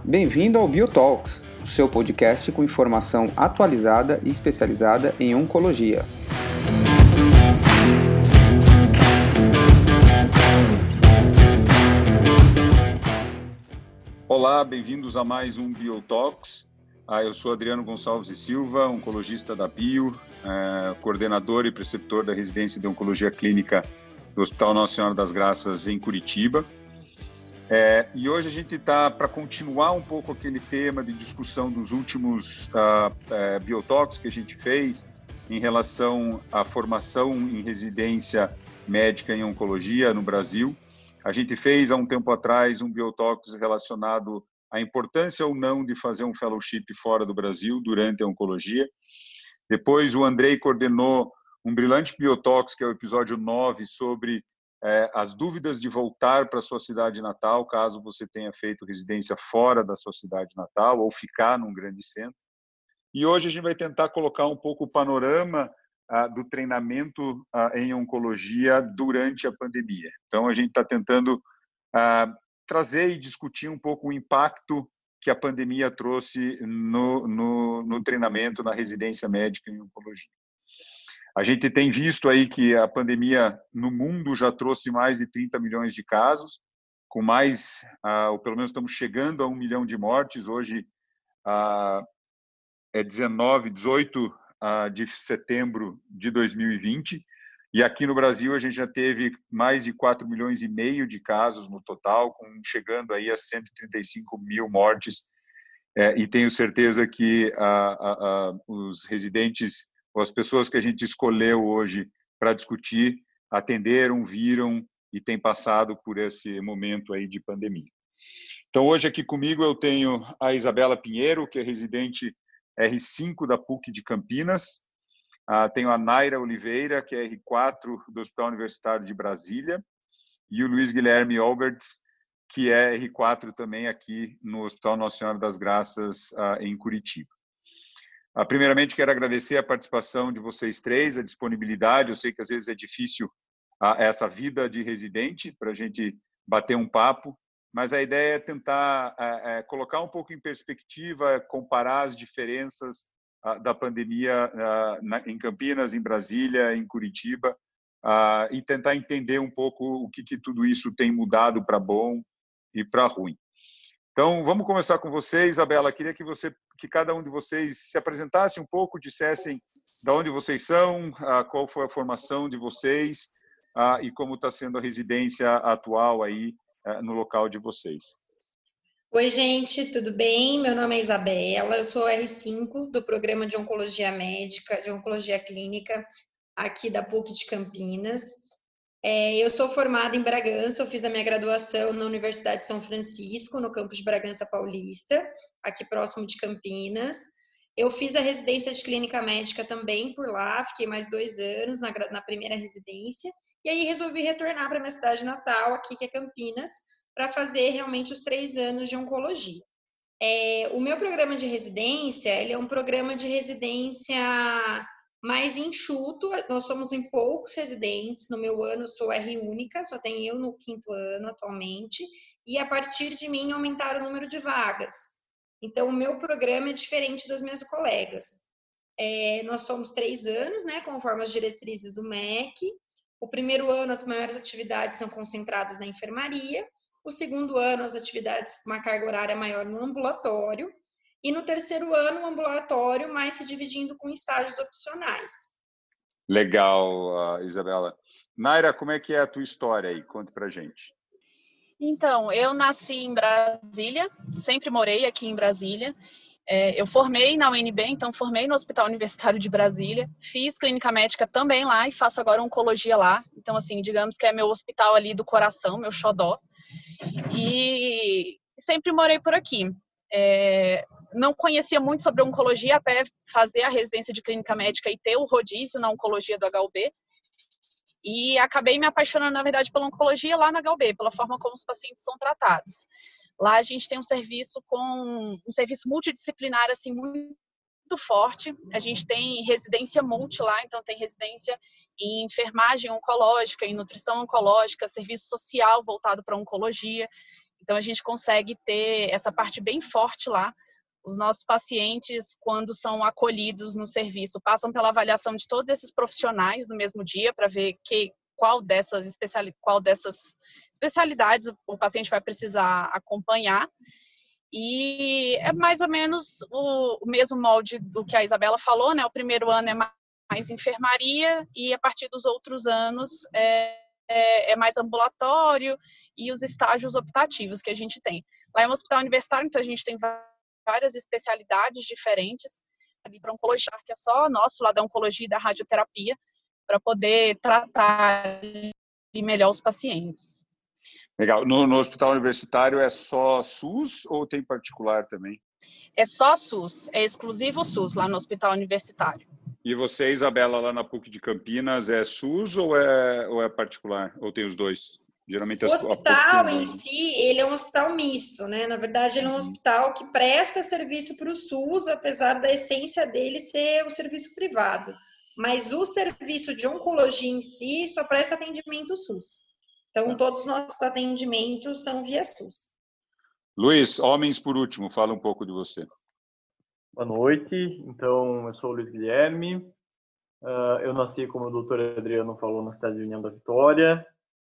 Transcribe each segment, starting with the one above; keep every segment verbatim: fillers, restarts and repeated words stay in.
Bem-vindo ao Biotalks, o seu podcast com informação atualizada e especializada em oncologia. Olá, bem-vindos a mais um Biotalks. Ah, eu sou Adriano Gonçalves e Silva, oncologista da Bio, eh, coordenador e preceptor da residência de Oncologia Clínica do Hospital Nossa Senhora das Graças, em Curitiba. É, e hoje a gente está para continuar um pouco aquele tema de discussão dos últimos uh, uh, Biotalks que a gente fez em relação à formação em residência médica em oncologia no Brasil. A gente fez há um tempo atrás um Biotalks relacionado à importância ou não de fazer um fellowship fora do Brasil durante a oncologia. Depois o Andrei coordenou um brilhante Biotalks, que é o episódio nove, sobre É, as dúvidas de voltar para a sua cidade natal, caso você tenha feito residência fora da sua cidade natal ou ficar num grande centro. E hoje a gente vai tentar colocar um pouco o panorama ah, do treinamento ah, em oncologia durante a pandemia. Então, a gente está tentando ah, trazer e discutir um pouco o impacto que a pandemia trouxe no, no, no treinamento, na residência médica em oncologia. A gente tem visto aí que a pandemia no mundo já trouxe mais de trinta milhões de casos, com mais, ah, ou pelo menos estamos chegando a um milhão de mortes. Hoje ah, é dezenove, dezoito ah, de setembro de dois mil e vinte, e aqui no Brasil a gente já teve mais de quatro milhões e meio de casos no total, com, chegando aí a cento e trinta e cinco mil mortes, é, e tenho certeza que ah, ah, ah, os residentes as pessoas que a gente escolheu hoje para discutir atenderam, viram e têm passado por esse momento aí de pandemia. Então, hoje aqui comigo eu tenho a Isabela Pinheiro, que é residente R cinco da P U C de Campinas. Ah, tenho a Naira Oliveira, que é R quatro do Hospital Universitário de Brasília. E o Luiz Guilherme Alberts, que é R quatro também aqui no Hospital Nossa Senhora das Graças, ah, em Curitiba. Primeiramente, quero agradecer a participação de vocês três, a disponibilidade. Eu sei que às vezes é difícil essa vida de residente para a gente bater um papo, mas a ideia é tentar é, é, colocar um pouco em perspectiva, comparar as diferenças a, da pandemia a, na, em Campinas, em Brasília, em Curitiba, a, e tentar entender um pouco o que, que tudo isso tem mudado para bom e para ruim. Então, vamos começar com você, Isabela. Queria que você, que cada um de vocês se apresentasse um pouco, dissessem de onde vocês são, qual foi a formação de vocês e como está sendo a residência atual aí no local de vocês. Oi, gente, tudo bem? Meu nome é Isabela, eu sou R cinco do Programa de Oncologia Médica, de Oncologia Clínica, aqui da P U C de Campinas. É, eu sou formada em Bragança, eu fiz a minha graduação na Universidade de São Francisco, no campus de Bragança Paulista, aqui próximo de Campinas. Eu fiz a residência de clínica médica também por lá, fiquei mais dois anos na, na primeira residência, e aí resolvi retornar para minha cidade natal, aqui que é Campinas, para fazer realmente os três anos de oncologia. É, o meu programa de residência, ele é um programa de residência mais enxuto, nós somos em poucos residentes, no meu ano eu sou R única, só tem eu no quinto ano atualmente, e a partir de mim aumentaram o número de vagas. Então, o meu programa é diferente das minhas colegas. É, nós somos três anos, né, conforme as diretrizes do M E C. O primeiro ano, as maiores atividades são concentradas na enfermaria. O segundo ano, as atividades, uma carga horária maior no ambulatório. E no terceiro ano, o ambulatório, mais se dividindo com estágios opcionais. Legal, Isabela. Naira, como é que é a tua história aí? Conta pra gente. Então, eu nasci em Brasília, sempre morei aqui em Brasília. É, eu formei na U N B, então formei no Hospital Universitário de Brasília. Fiz clínica médica também lá e faço agora oncologia lá. Então, assim, digamos que é meu hospital ali do coração, meu xodó. E sempre morei por aqui. É, não conhecia muito sobre oncologia até fazer a residência de clínica médica e ter o rodízio na oncologia do H U B. E acabei me apaixonando, na verdade, pela oncologia lá na H U B, pela forma como os pacientes são tratados. Lá a gente tem um serviço com um serviço multidisciplinar assim muito forte. A gente tem residência multi lá, então tem residência em enfermagem oncológica, em nutrição oncológica, serviço social voltado para oncologia. Então, a gente consegue ter essa parte bem forte lá. Os nossos pacientes, quando são acolhidos no serviço, passam pela avaliação de todos esses profissionais no mesmo dia para ver que, qual, dessas especiali- qual dessas especialidades o paciente vai precisar acompanhar. E é mais ou menos o, o mesmo molde do que a Isabela falou, né? O primeiro ano é mais, mais enfermaria e a partir dos outros anos é, é, é mais ambulatório e os estágios optativos que a gente tem. Lá é um hospital universitário, então a gente tem várias especialidades diferentes. Ali para oncologia, que é só nosso, lá da oncologia e da radioterapia, para poder tratar melhor os pacientes. Legal. No, no hospital universitário é só SUS ou tem particular também? É só SUS, é exclusivo SUS lá no hospital universitário. E você, Isabela, lá na PUC de Campinas, é SUS ou é, ou é particular? Ou tem os dois? Geralmente o hospital em si, ele é um hospital misto, né? Na verdade, ele é um hospital que presta serviço para o SUS, apesar da essência dele ser o serviço privado. Mas o serviço de oncologia em si só presta atendimento SUS. Então, todos os nossos atendimentos são via SUS. Luiz, homens por último, fala um pouco de você. Boa noite, então eu sou o Luiz Guilherme, uh, eu nasci, como o doutor Adriano falou, na cidade de União da Vitória.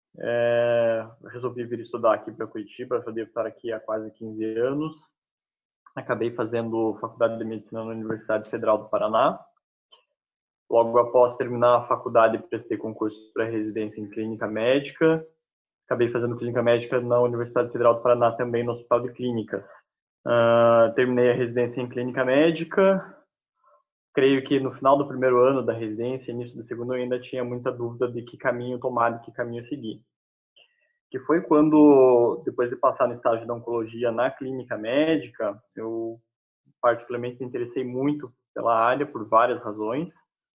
É, resolvi vir estudar aqui para Curitiba, eu devo estar aqui há quase quinze anos. Acabei fazendo faculdade de medicina na Universidade Federal do Paraná. Logo após terminar a faculdade, prestei concurso para residência em clínica médica. Acabei fazendo clínica médica na Universidade Federal do Paraná, também no Hospital de Clínicas. Uh, terminei a residência em clínica médica. Creio que no final do primeiro ano da residência, início do segundo, eu ainda tinha muita dúvida de que caminho tomar, de que caminho seguir. Que foi quando, depois de passar no estágio da oncologia na clínica médica, eu particularmente me interessei muito pela área, por várias razões,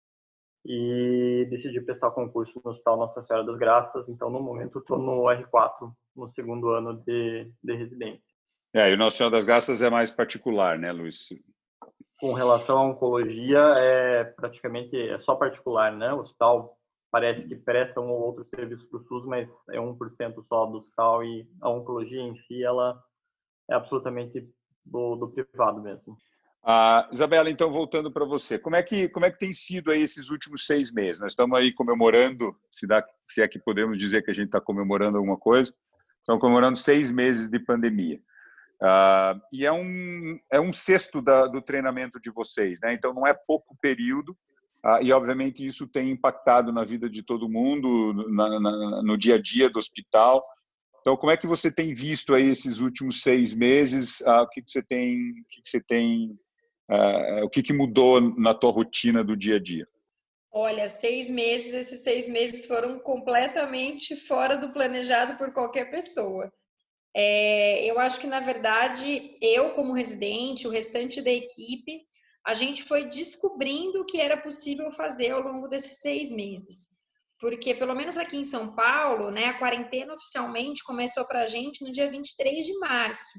e decidi prestar concurso no Hospital Nossa Senhora das Graças. Então, no momento, estou no R quatro, no segundo ano de, de residência. É, e o Nossa Senhora das Graças é mais particular, né, Luiz? Com relação à oncologia, é praticamente é só particular, né? O hospital parece que presta um ou outro serviço para o SUS, mas é um por cento só do hospital, e a oncologia em si, ela é absolutamente do, do privado mesmo. Ah, Isabela, então, voltando para você, como é, que, como é que tem sido aí esses últimos seis meses? Nós estamos aí comemorando, se, dá, se é que podemos dizer que a gente está comemorando alguma coisa, estamos comemorando seis meses de pandemia. Uh, e é um, é um sexto da, do treinamento de vocês, né? Então não é pouco período, uh, e obviamente isso tem impactado na vida de todo mundo, na, na, no dia a dia do hospital. Então, como é que você tem visto aí esses últimos seis meses? Uh, o que, que você tem, o que, que você tem, uh, o que, que mudou na tua rotina do dia a dia? Olha, seis meses, esses seis meses foram completamente fora do planejado por qualquer pessoa. É, eu acho que, na verdade, eu como residente, o restante da equipe, a gente foi descobrindo o que era possível fazer ao longo desses seis meses. Porque, pelo menos aqui em São Paulo, né, a quarentena oficialmente começou para a gente no dia vinte e três de março.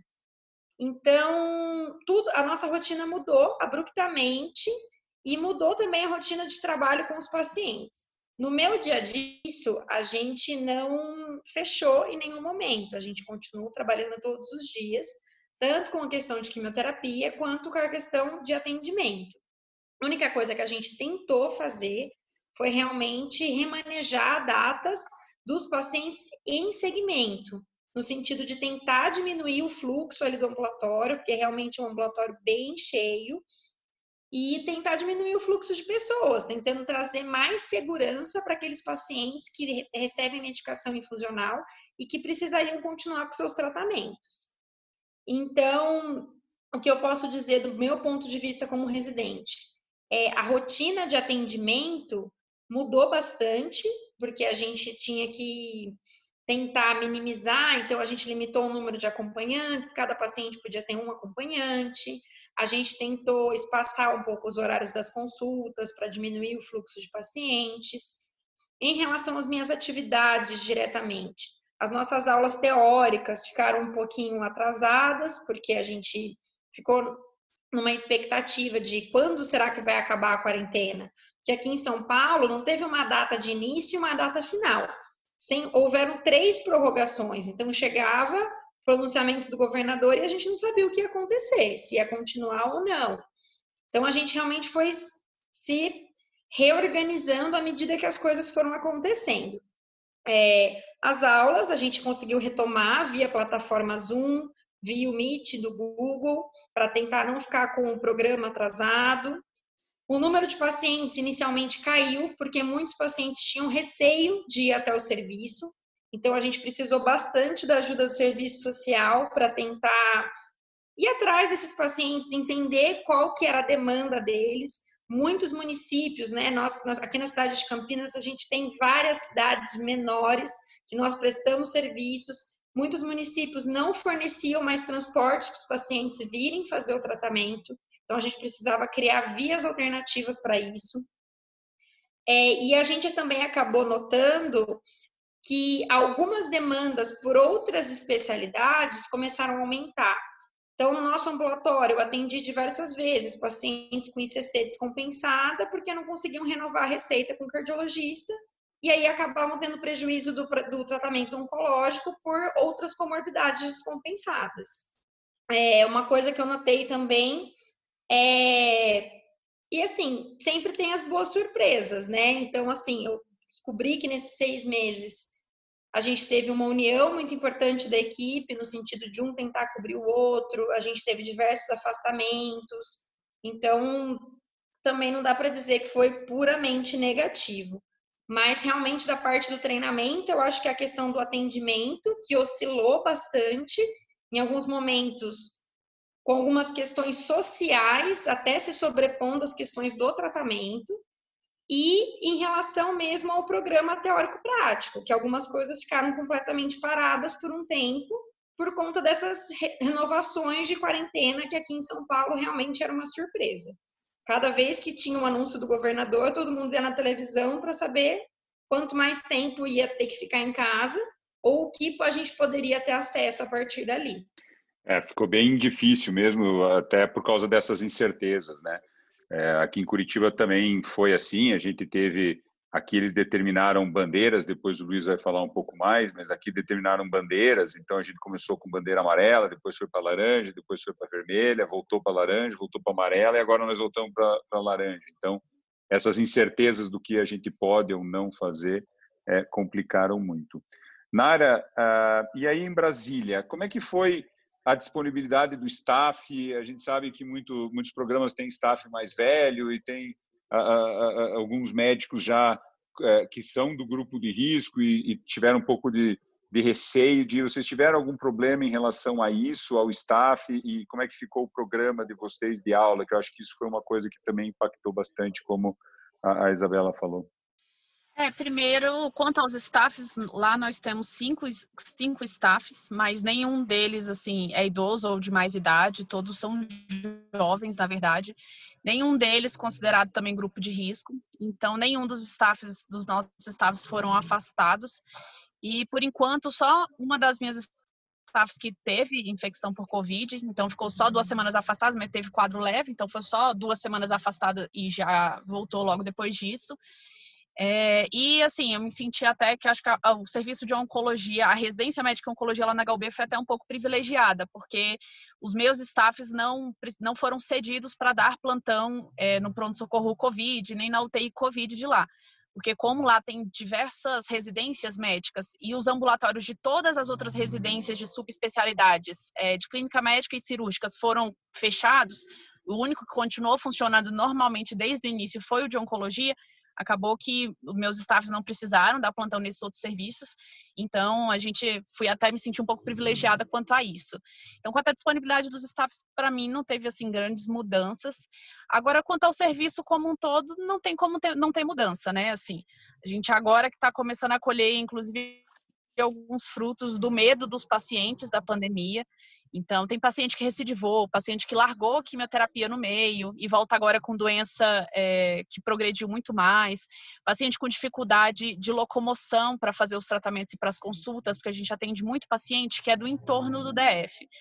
Então, tudo, a nossa rotina mudou abruptamente e mudou também a rotina de trabalho com os pacientes. No meu dia a dia, a gente não fechou em nenhum momento. A gente continua trabalhando todos os dias, tanto com a questão de quimioterapia, quanto com a questão de atendimento. A única coisa que a gente tentou fazer foi realmente remanejar datas dos pacientes em segmento, no sentido de tentar diminuir o fluxo ali do ambulatório, porque realmente é um ambulatório bem cheio, e tentar diminuir o fluxo de pessoas, tentando trazer mais segurança para aqueles pacientes que recebem medicação infusional e que precisariam continuar com seus tratamentos. Então, o que eu posso dizer do meu ponto de vista como residente é a rotina de atendimento mudou bastante, porque a gente tinha que tentar minimizar, então a gente limitou o número de acompanhantes, cada paciente podia ter um acompanhante. A gente tentou espaçar um pouco os horários das consultas para diminuir o fluxo de pacientes. Em relação às minhas atividades diretamente, as nossas aulas teóricas ficaram um pouquinho atrasadas, porque a gente ficou numa expectativa de quando será que vai acabar a quarentena. Porque aqui em São Paulo não teve uma data de início e uma data final. Sem, houveram três prorrogações, então chegava pronunciamento do governador e a gente não sabia o que ia acontecer, se ia continuar ou não. Então, a gente realmente foi se reorganizando à medida que as coisas foram acontecendo. É, as aulas a gente conseguiu retomar via plataforma Zoom, via o Meet do Google, para tentar não ficar com o programa atrasado. O número de pacientes inicialmente caiu, porque muitos pacientes tinham receio de ir até o serviço. Então, a gente precisou bastante da ajuda do serviço social para tentar ir atrás desses pacientes, entender qual que era a demanda deles. Muitos municípios, né? Nós, aqui na cidade de Campinas, a gente tem várias cidades menores que nós prestamos serviços. Muitos municípios não forneciam mais transporte para os pacientes virem fazer o tratamento. Então, a gente precisava criar vias alternativas para isso. É, e a gente também acabou notando que algumas demandas por outras especialidades começaram a aumentar. Então, no nosso ambulatório, eu atendi diversas vezes pacientes com I C C descompensada porque não conseguiam renovar a receita com o cardiologista e aí acabavam tendo prejuízo do, do tratamento oncológico por outras comorbidades descompensadas. É, uma coisa que eu notei também é... E, assim, sempre tem as boas surpresas, né? Então, assim, eu descobri que nesses seis meses a gente teve uma união muito importante da equipe, no sentido de um tentar cobrir o outro, a gente teve diversos afastamentos, então também não dá para dizer que foi puramente negativo. Mas realmente da parte do treinamento, eu acho que a questão do atendimento, que oscilou bastante, em alguns momentos com algumas questões sociais, até se sobrepondo às questões do tratamento, e em relação mesmo ao programa teórico-prático, que algumas coisas ficaram completamente paradas por um tempo, por conta dessas renovações de quarentena, que aqui em São Paulo realmente era uma surpresa. Cada vez que tinha um anúncio do governador, todo mundo ia na televisão para saber quanto mais tempo ia ter que ficar em casa, ou o que a gente poderia ter acesso a partir dali. É, ficou bem difícil mesmo, até por causa dessas incertezas, né? É, aqui em Curitiba também foi assim, a gente teve, aqui eles determinaram bandeiras, depois o Luiz vai falar um pouco mais, mas aqui determinaram bandeiras, então a gente começou com bandeira amarela, depois foi para laranja, depois foi para vermelha, voltou para laranja, voltou para amarela e agora nós voltamos para laranja. Então, essas incertezas do que a gente pode ou não fazer é, complicaram muito. Nara, uh, e aí em Brasília, como é que foi a disponibilidade do staff? A gente sabe que muito, muitos programas têm staff mais velho e tem uh, uh, uh, alguns médicos já uh, que são do grupo de risco e, e tiveram um pouco de, de receio de... Vocês tiveram algum problema em relação a isso, ao staff? E como é que ficou o programa de vocês de aula? Que eu acho que isso foi uma coisa que também impactou bastante, como a, a Isabela falou. É, primeiro, quanto aos staffs, lá nós temos cinco, cinco staffs, mas nenhum deles, assim, é idoso ou de mais idade, todos são jovens, na verdade. Nenhum deles considerado também grupo de risco, então nenhum dos staffs, dos nossos staffs foram afastados. E, por enquanto, só uma das minhas staffs que teve infecção por Covid, então ficou só duas semanas afastada, mas teve quadro leve, então foi só duas semanas afastada e já voltou logo depois disso. É, e assim, eu me senti até que acho que a, a, o serviço de oncologia, a residência médica em oncologia lá na H U B foi até um pouco privilegiada, porque os meus staffs não, não foram cedidos para dar plantão é, no pronto-socorro Covid, nem na U T I Covid de lá. Porque como lá tem diversas residências médicas e os ambulatórios de todas as outras residências de subespecialidades, é, de clínica médica e cirúrgicas foram fechados, o único que continuou funcionando normalmente desde o início foi o de oncologia. Acabou que os meus staffs não precisaram dar plantão nesses outros serviços, então a gente fui até me sentir um pouco privilegiada quanto a isso. Então, quanto à disponibilidade dos staffs, para mim não teve assim grandes mudanças. Agora, quanto ao serviço como um todo, não tem como ter, não tem mudança, né? Assim, a gente agora que está começando a colher, inclusive, alguns frutos do medo dos pacientes da pandemia. Então, tem paciente que recidivou, paciente que largou quimioterapia no meio e volta agora com doença é, que progrediu muito mais, paciente com dificuldade de locomoção para fazer os tratamentos e para as consultas, porque a gente atende muito paciente que é do entorno do D F.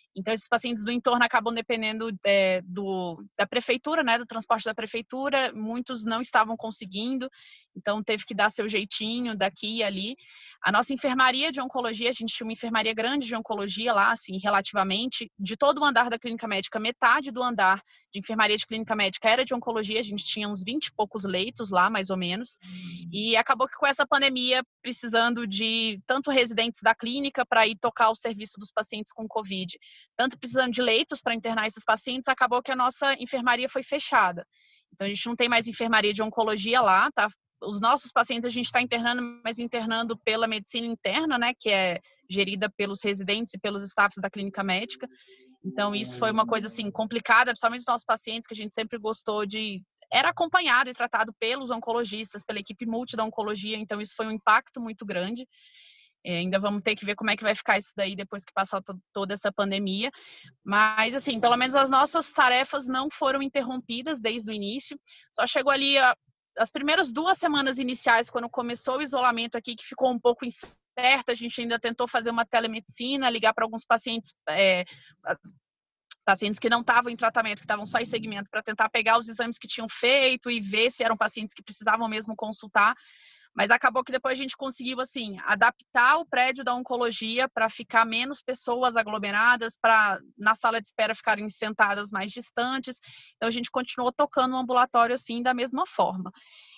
Então, esses pacientes do entorno acabam dependendo é, do, da prefeitura, né, do transporte da prefeitura. Muitos não estavam conseguindo, então teve que dar seu jeitinho daqui e ali. A nossa enfermaria de oncologia, a gente tinha uma enfermaria grande de oncologia lá, assim, relativamente. De todo o andar da clínica médica, metade do andar de enfermaria de clínica médica era de oncologia. A gente tinha uns vinte e poucos leitos lá, mais ou menos. E acabou que com essa pandemia, precisando de tanto residentes da clínica para ir tocar o serviço dos pacientes com Covid, tanto precisando de leitos para internar esses pacientes, acabou que a nossa enfermaria foi fechada. Então, a gente não tem mais enfermaria de oncologia lá, tá? Os nossos pacientes a gente está internando, mas internando pela medicina interna, né, que é gerida pelos residentes e pelos staffs da clínica médica. Então, isso foi uma coisa, assim, complicada, principalmente os nossos pacientes, que a gente sempre gostou de... Era acompanhado e tratado pelos oncologistas, pela equipe multi da oncologia, então isso foi um impacto muito grande. É, ainda vamos ter que ver como é que vai ficar isso daí depois que passar toda essa pandemia. Mas, assim, pelo menos as nossas tarefas não foram interrompidas desde o início. Só chegou ali a, as primeiras duas semanas iniciais, quando começou o isolamento aqui, que ficou um pouco incerto. A gente ainda tentou fazer uma telemedicina, ligar para alguns pacientes... É, pacientes que não estavam em tratamento, que estavam só em segmento, para tentar pegar os exames que tinham feito e ver se eram pacientes que precisavam mesmo consultar. Mas acabou que depois a gente conseguiu, assim, adaptar o prédio da oncologia para ficar menos pessoas aglomeradas, para na sala de espera ficarem sentadas mais distantes. Então, a gente continuou tocando o ambulatório, assim, da mesma forma.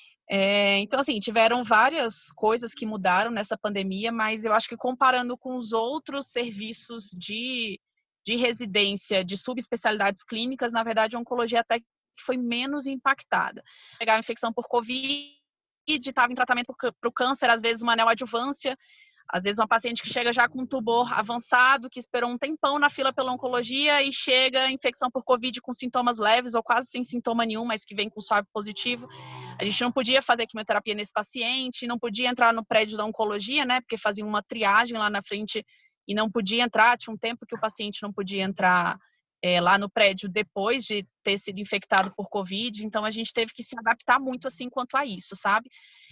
É, então, assim, tiveram várias coisas que mudaram nessa pandemia, mas eu acho que comparando com os outros serviços de, de residência, de subespecialidades clínicas, na verdade, a oncologia até que foi menos impactada. Pegar a infecção por Covid, estava em tratamento para o câncer, às vezes uma neoadjuvância, às vezes uma paciente que chega já com um tumor avançado, que esperou um tempão na fila pela oncologia e chega infecção por Covid com sintomas leves ou quase sem sintoma nenhum, mas que vem com swab positivo. A gente não podia fazer quimioterapia nesse paciente, não podia entrar no prédio da oncologia, né, porque fazia uma triagem lá na frente e não podia entrar, tinha um tempo que o paciente não podia entrar É, lá no prédio depois de ter sido infectado por Covid, então a gente teve que se adaptar muito assim quanto a isso, sabe?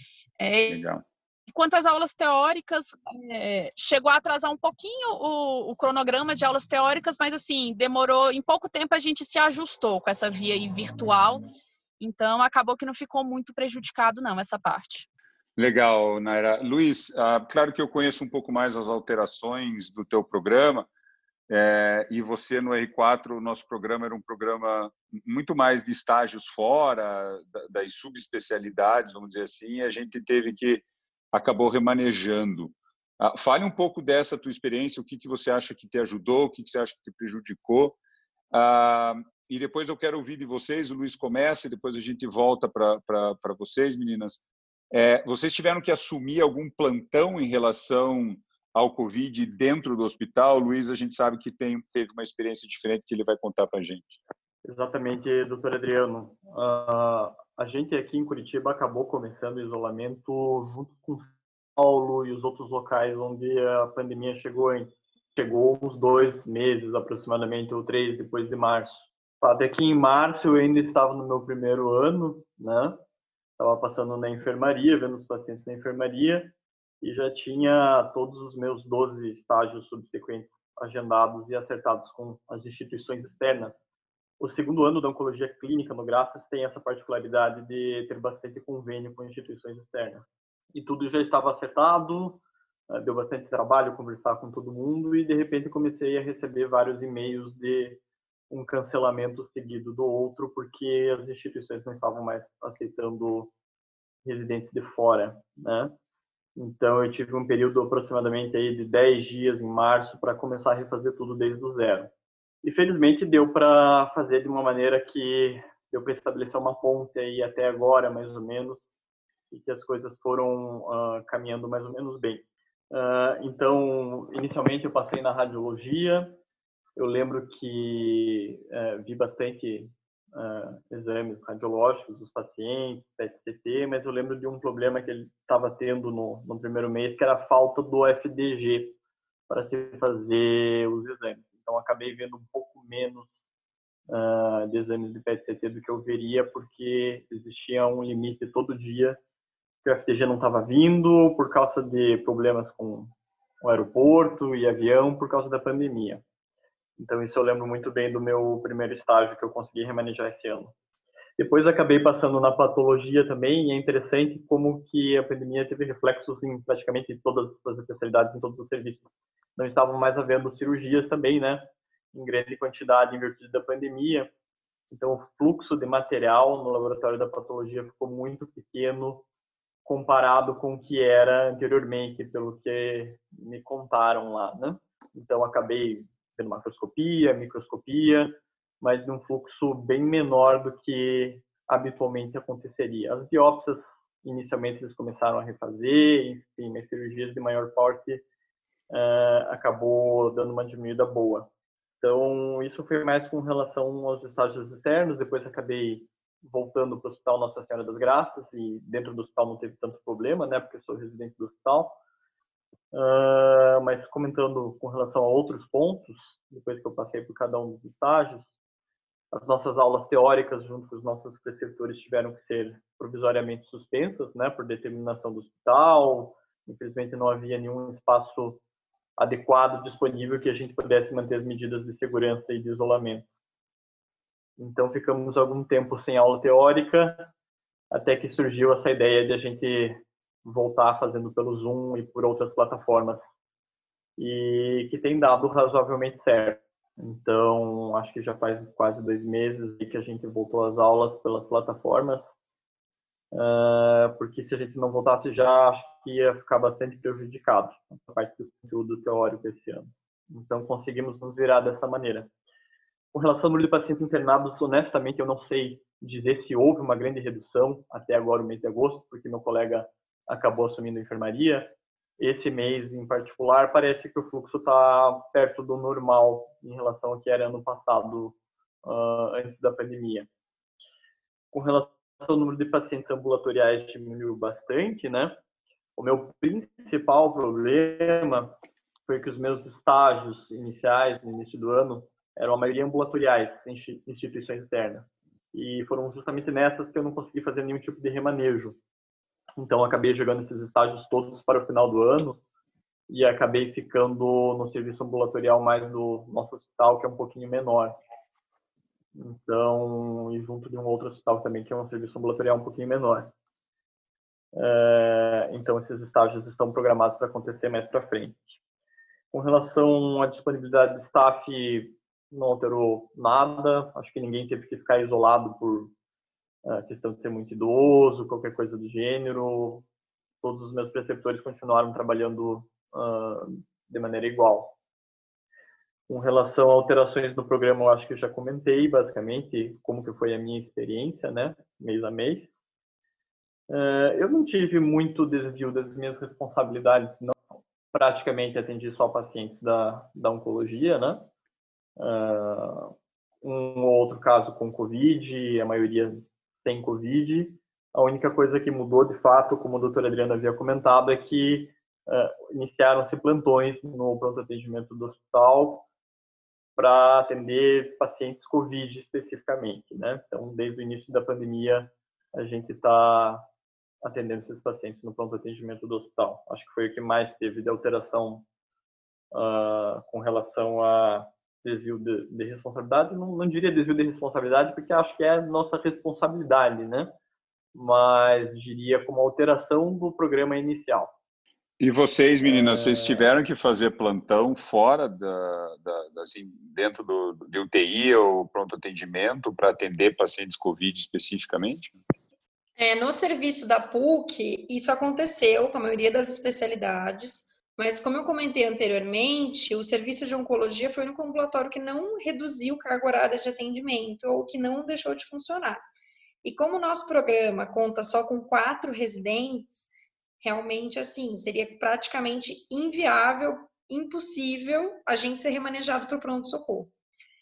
É, Legal. Quanto às aulas teóricas, é, chegou a atrasar um pouquinho o, o cronograma de aulas teóricas, mas assim, demorou, em pouco tempo a gente se ajustou com essa via aí virtual, então acabou que não ficou muito prejudicado não, essa parte. Legal, Naira. Luiz, ah, claro que eu conheço um pouco mais as alterações do teu programa, É, e você no R quatro, o nosso programa era um programa muito mais de estágios fora, das subespecialidades, vamos dizer assim, e a gente teve que, acabou remanejando. Ah, fale um pouco dessa tua experiência, o que, que você acha que te ajudou, o que, que você acha que te prejudicou, ah, e depois eu quero ouvir de vocês, o Luiz começa, e depois a gente volta para vocês, meninas. É, vocês tiveram que assumir algum plantão em relação ao Covid dentro do hospital? Luiz, a gente sabe que tem, teve uma experiência diferente que ele vai contar para a gente. Exatamente, doutor Adriano. Uh, a gente aqui em Curitiba acabou começando o isolamento junto com São Paulo e os outros locais onde a pandemia chegou antes. Chegou uns dois meses, aproximadamente, ou três, depois de março. Até que em março eu ainda estava no meu primeiro ano, né? Estava passando na enfermaria, vendo os pacientes na enfermaria, e já tinha todos os meus doze estágios subsequentes agendados e acertados com as instituições externas. O segundo ano da oncologia clínica no Graças tem essa particularidade de ter bastante convênio com instituições externas. E tudo já estava acertado, deu bastante trabalho conversar com todo mundo e, de repente, comecei a receber vários e-mails de um cancelamento seguido do outro, porque as instituições não estavam mais aceitando residentes de fora, né? Então, eu tive um período aproximadamente aí de dez dias em março para começar a refazer tudo desde o zero. E, felizmente, deu para fazer de uma maneira que deu para estabelecer uma ponte aí até agora, mais ou menos, e que as coisas foram uh, caminhando mais ou menos bem. Uh, então, inicialmente, eu passei na radiologia. Eu lembro que uh, vi bastante Uh, exames radiológicos dos pacientes, P E T C T, mas eu lembro de um problema que ele estava tendo no, no primeiro mês, que era a falta do F D G para se fazer os exames. Então, acabei vendo um pouco menos uh, de exames de P E T C T do que eu veria, porque existia um limite todo dia que o F D G não estava vindo por causa de problemas com o aeroporto e avião por causa da pandemia. Então, isso eu lembro muito bem do meu primeiro estágio que eu consegui remanejar esse ano. Depois acabei passando na patologia também, e é interessante como que a pandemia teve reflexos em praticamente todas as especialidades, em todos os serviços. Não estavam mais havendo cirurgias também, né, em grande quantidade em virtude da pandemia. Então, o fluxo de material no laboratório da patologia ficou muito pequeno comparado com o que era anteriormente, pelo que me contaram lá, né? Então, acabei tendo macroscopia, microscopia, mas num fluxo bem menor do que habitualmente aconteceria. As biópsias, inicialmente, eles começaram a refazer, enfim, as cirurgias de maior porte uh, acabou dando uma diminuída boa. Então, isso foi mais com relação aos estágios externos. Depois acabei voltando para o Hospital Nossa Senhora das Graças, e dentro do hospital não teve tanto problema, né, porque eu sou residente do hospital. Uh, mas comentando com relação a outros pontos, depois que eu passei por cada um dos estágios, as nossas aulas teóricas junto com os nossos preceptores tiveram que ser provisoriamente suspensas, né, por determinação do hospital. Infelizmente não havia nenhum espaço adequado disponível que a gente pudesse manter as medidas de segurança e de isolamento. Então ficamos algum tempo sem aula teórica, até que surgiu essa ideia de a gente voltar fazendo pelo Zoom e por outras plataformas, e que tem dado razoavelmente certo. Então, acho que já faz quase dois meses que a gente voltou às aulas pelas plataformas, uh, porque se a gente não voltasse já, acho que ia ficar bastante prejudicado a parte do conteúdo teórico esse ano. Então, conseguimos nos virar dessa maneira. Com relação ao número de pacientes internados, honestamente, eu não sei dizer se houve uma grande redução até agora, o mês de agosto, porque meu colega acabou assumindo a enfermaria. Esse mês, em particular, parece que o fluxo está perto do normal em relação ao que era ano passado, uh, antes da pandemia. Com relação ao número de pacientes ambulatoriais, diminuiu bastante, né? O meu principal problema foi que os meus estágios iniciais, no início do ano, eram a maioria ambulatoriais, em instituições externas. E foram justamente nessas que eu não consegui fazer nenhum tipo de remanejo. Então, acabei jogando esses estágios todos para o final do ano e acabei ficando no serviço ambulatorial mais do nosso hospital, que é um pouquinho menor. Então, e junto de um outro hospital também, que é um serviço ambulatorial um pouquinho menor. É, então, esses estágios estão programados para acontecer mais para frente. Com relação à disponibilidade de staff, não alterou nada. Acho que ninguém teve que ficar isolado por a questão de ser muito idoso, qualquer coisa do gênero. Todos os meus preceptores continuaram trabalhando uh, de maneira igual. Com relação a alterações no programa, eu acho que eu já comentei, basicamente, como que foi a minha experiência, né, mês a mês. Uh, eu não tive muito desvio das minhas responsabilidades, não. Praticamente atendi só pacientes da, da oncologia, né. Uh, um ou outro caso com Covid, a maioria sem Covid. A única coisa que mudou, de fato, como a doutora Adriana havia comentado, é que uh, iniciaram-se plantões no pronto-atendimento do hospital para atender pacientes Covid especificamente, né? Então, desde o início da pandemia, a gente está atendendo esses pacientes no pronto-atendimento do hospital. Acho que foi o que mais teve de alteração uh, com relação a desvio de, de responsabilidade. Não, não diria desvio de responsabilidade, porque acho que é nossa responsabilidade, né? Mas diria como alteração do programa inicial. E vocês, meninas, é... vocês tiveram que fazer plantão fora, da, da, da, assim, dentro do, do U T I ou pronto atendimento para atender pacientes Covid especificamente? É, no serviço da P U C, isso aconteceu com a maioria das especialidades. Mas, como eu comentei anteriormente, o serviço de oncologia foi um ambulatório que não reduziu carga horária de atendimento ou que não deixou de funcionar. E como o nosso programa conta só com quatro residentes, realmente, assim, seria praticamente inviável, impossível a gente ser remanejado para o pronto-socorro.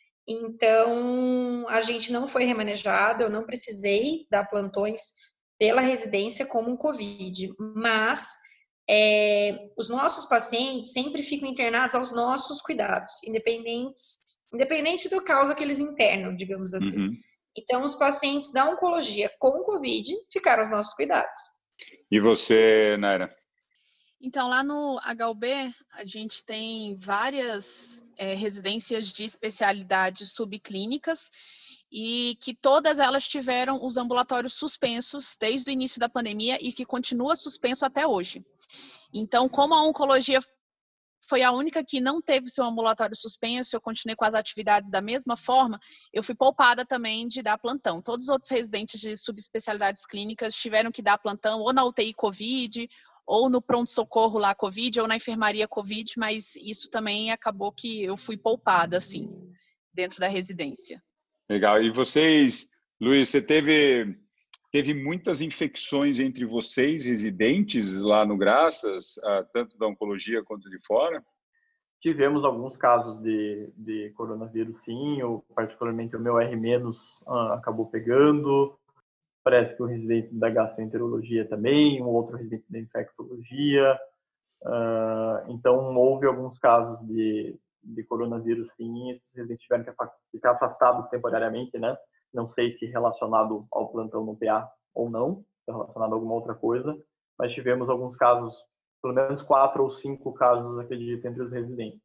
Então, a gente não foi remanejado, eu não precisei dar plantões pela residência como um Covid, mas... É, os nossos pacientes sempre ficam internados aos nossos cuidados, independentes, independente do causa que eles internam, digamos assim. Uhum. Então, os pacientes da oncologia com Covid ficaram aos nossos cuidados. E você, Naira? Então, lá no H U B, a gente tem várias é, residências de especialidades subclínicas e que todas elas tiveram os ambulatórios suspensos desde o início da pandemia e que continua suspenso até hoje. Então, como a oncologia foi a única que não teve seu ambulatório suspenso, eu continuei com as atividades da mesma forma, eu fui poupada também de dar plantão. Todos os outros residentes de subespecialidades clínicas tiveram que dar plantão ou na U T I Covid, ou no pronto-socorro lá Covid, ou na enfermaria Covid, mas isso também acabou que eu fui poupada, assim, dentro da residência. Legal. E vocês, Luiz, você teve, teve muitas infecções entre vocês, residentes, lá no Graças, tanto da oncologia quanto de fora? Tivemos alguns casos de, de coronavírus, sim. Eu, particularmente, o meu R- uh, acabou pegando. Parece que o residente da gastroenterologia também, um outro residente da infectologia. Uh, então, houve alguns casos de, de coronavírus, sim. Esses residentes tiveram que ficar afastados temporariamente, né? Não sei se relacionado ao plantão no P A ou não, relacionado a alguma outra coisa, mas tivemos alguns casos, pelo menos quatro ou cinco casos, acredito, entre os residentes.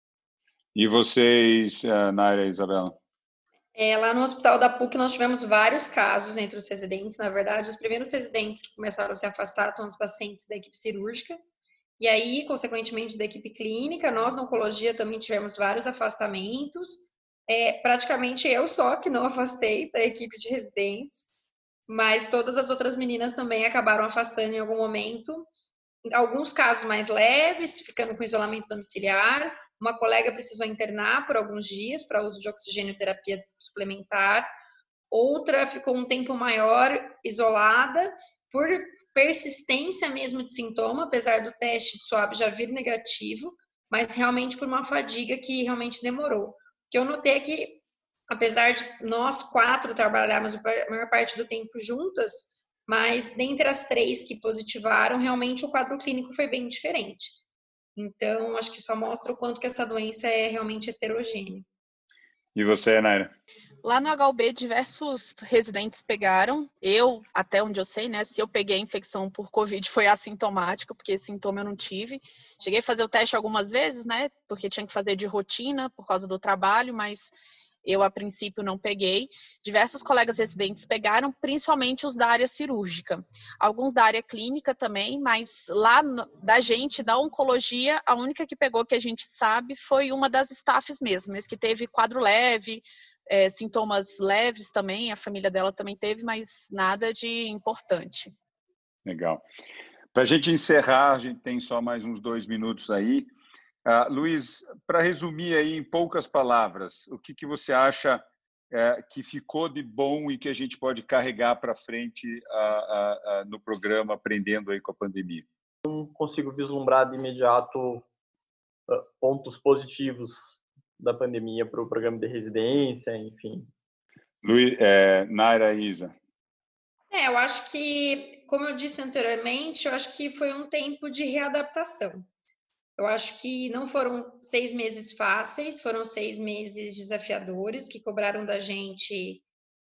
E vocês, Naira e Isabela? É, lá no hospital da P U C nós tivemos vários casos entre os residentes. Na verdade, os primeiros residentes que começaram a se afastar são os pacientes da equipe cirúrgica. E aí, consequentemente, da equipe clínica, nós na oncologia também tivemos vários afastamentos. É, praticamente eu só que não afastei da equipe de residentes, mas todas as outras meninas também acabaram afastando em algum momento. Alguns casos mais leves, ficando com isolamento domiciliar. Uma colega precisou internar por alguns dias para uso de oxigênio-terapia suplementar. Outra ficou um tempo maior isolada por persistência mesmo de sintoma, apesar do teste de swab já vir negativo, mas realmente por uma fadiga que realmente demorou. O que eu notei é que, apesar de nós quatro trabalharmos a maior parte do tempo juntas, mas dentre as três que positivaram, realmente o quadro clínico foi bem diferente. Então, acho que só mostra o quanto que essa doença é realmente heterogênea. E você, Naira? Lá no H U B, diversos residentes pegaram. Eu, até onde eu sei, né? Se eu peguei a infecção por Covid, foi assintomática, porque sintoma eu não tive. Cheguei a fazer o teste algumas vezes, né? Porque tinha que fazer de rotina por causa do trabalho, mas eu, a princípio, não peguei. Diversos colegas residentes pegaram, principalmente os da área cirúrgica. Alguns da área clínica também, mas lá da gente, da oncologia, a única que pegou, que a gente sabe, foi uma das staffs mesmo, mas que teve quadro leve, é, sintomas leves também, a família dela também teve, mas nada de importante. Legal. Para a gente encerrar, a gente tem só mais uns dois minutos aí. Uh, Luiz, para resumir aí em poucas palavras, o que, que você acha é, que ficou de bom e que a gente pode carregar para frente uh, uh, uh, no programa Aprendendo aí com a Pandemia? Não consigo vislumbrar de imediato uh, pontos positivos da pandemia para o programa de residência, enfim. Luiz, é, Naira e Isa. É, eu acho que, como eu disse anteriormente, eu acho que foi um tempo de readaptação. Eu acho que não foram seis meses fáceis, foram seis meses desafiadores, que cobraram da gente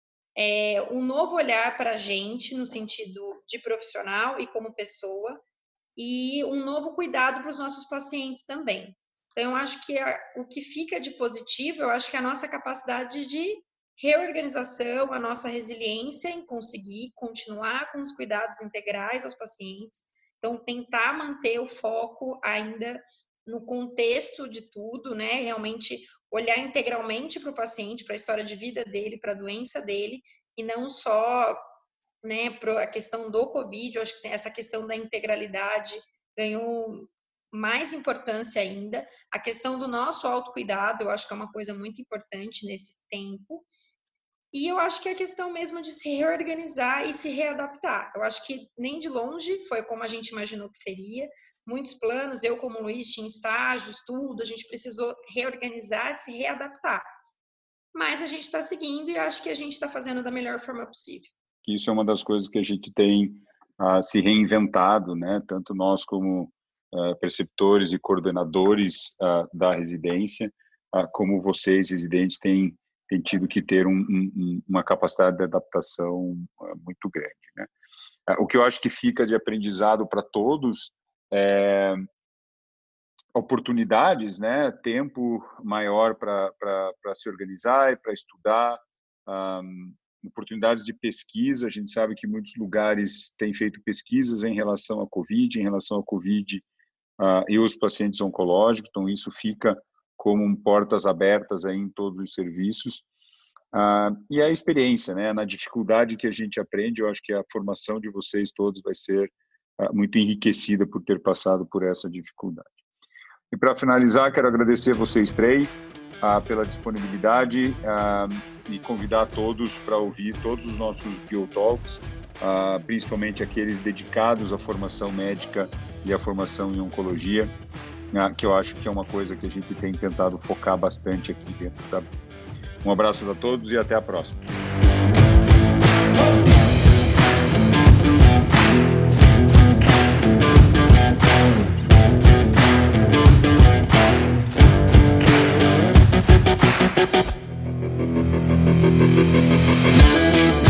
é, um novo olhar para a gente, no sentido de profissional e como pessoa, e um novo cuidado para os nossos pacientes também. Então, eu acho que a, o que fica de positivo, eu acho que é a nossa capacidade de reorganização, a nossa resiliência em conseguir continuar com os cuidados integrais aos pacientes. Então, tentar manter o foco ainda no contexto de tudo, né? Realmente olhar integralmente para o paciente, para a história de vida dele, para a doença dele, e não só, né, para a questão do Covid. Eu acho que essa questão da integralidade ganhou mais importância ainda. A questão do nosso autocuidado, eu acho que é uma coisa muito importante nesse tempo. E eu acho que é a questão mesmo de se reorganizar e se readaptar. Eu acho que nem de longe foi como a gente imaginou que seria. Muitos planos, eu como Luiz tinha estágios, tudo, a gente precisou reorganizar, se readaptar. Mas a gente está seguindo e acho que a gente está fazendo da melhor forma possível. Isso é uma das coisas que a gente tem uh, se reinventado, né? Tanto nós como uh, preceptores e coordenadores uh, da residência, uh, como vocês, residentes, têm tem tido que ter um, um, uma capacidade de adaptação uh, muito grande, né? Uh, o que eu acho que fica de aprendizado para todos é, oportunidades, né? Tempo maior para se organizar e para estudar, um, oportunidades de pesquisa. A gente sabe que muitos lugares têm feito pesquisas em relação à Covid, em relação à Covid uh, e os pacientes oncológicos, então isso fica como portas abertas aí em todos os serviços. Uh, e a experiência, né? Na dificuldade que a gente aprende, eu acho que a formação de vocês todos vai ser uh, muito enriquecida por ter passado por essa dificuldade. E para finalizar, quero agradecer vocês três uh, pela disponibilidade uh, e convidar todos para ouvir todos os nossos BioTalks, uh, principalmente aqueles dedicados à formação médica e à formação em oncologia, uh, que eu acho que é uma coisa que a gente tem tentado focar bastante aqui dentro da... Um abraço a todos e até a próxima. Thank you.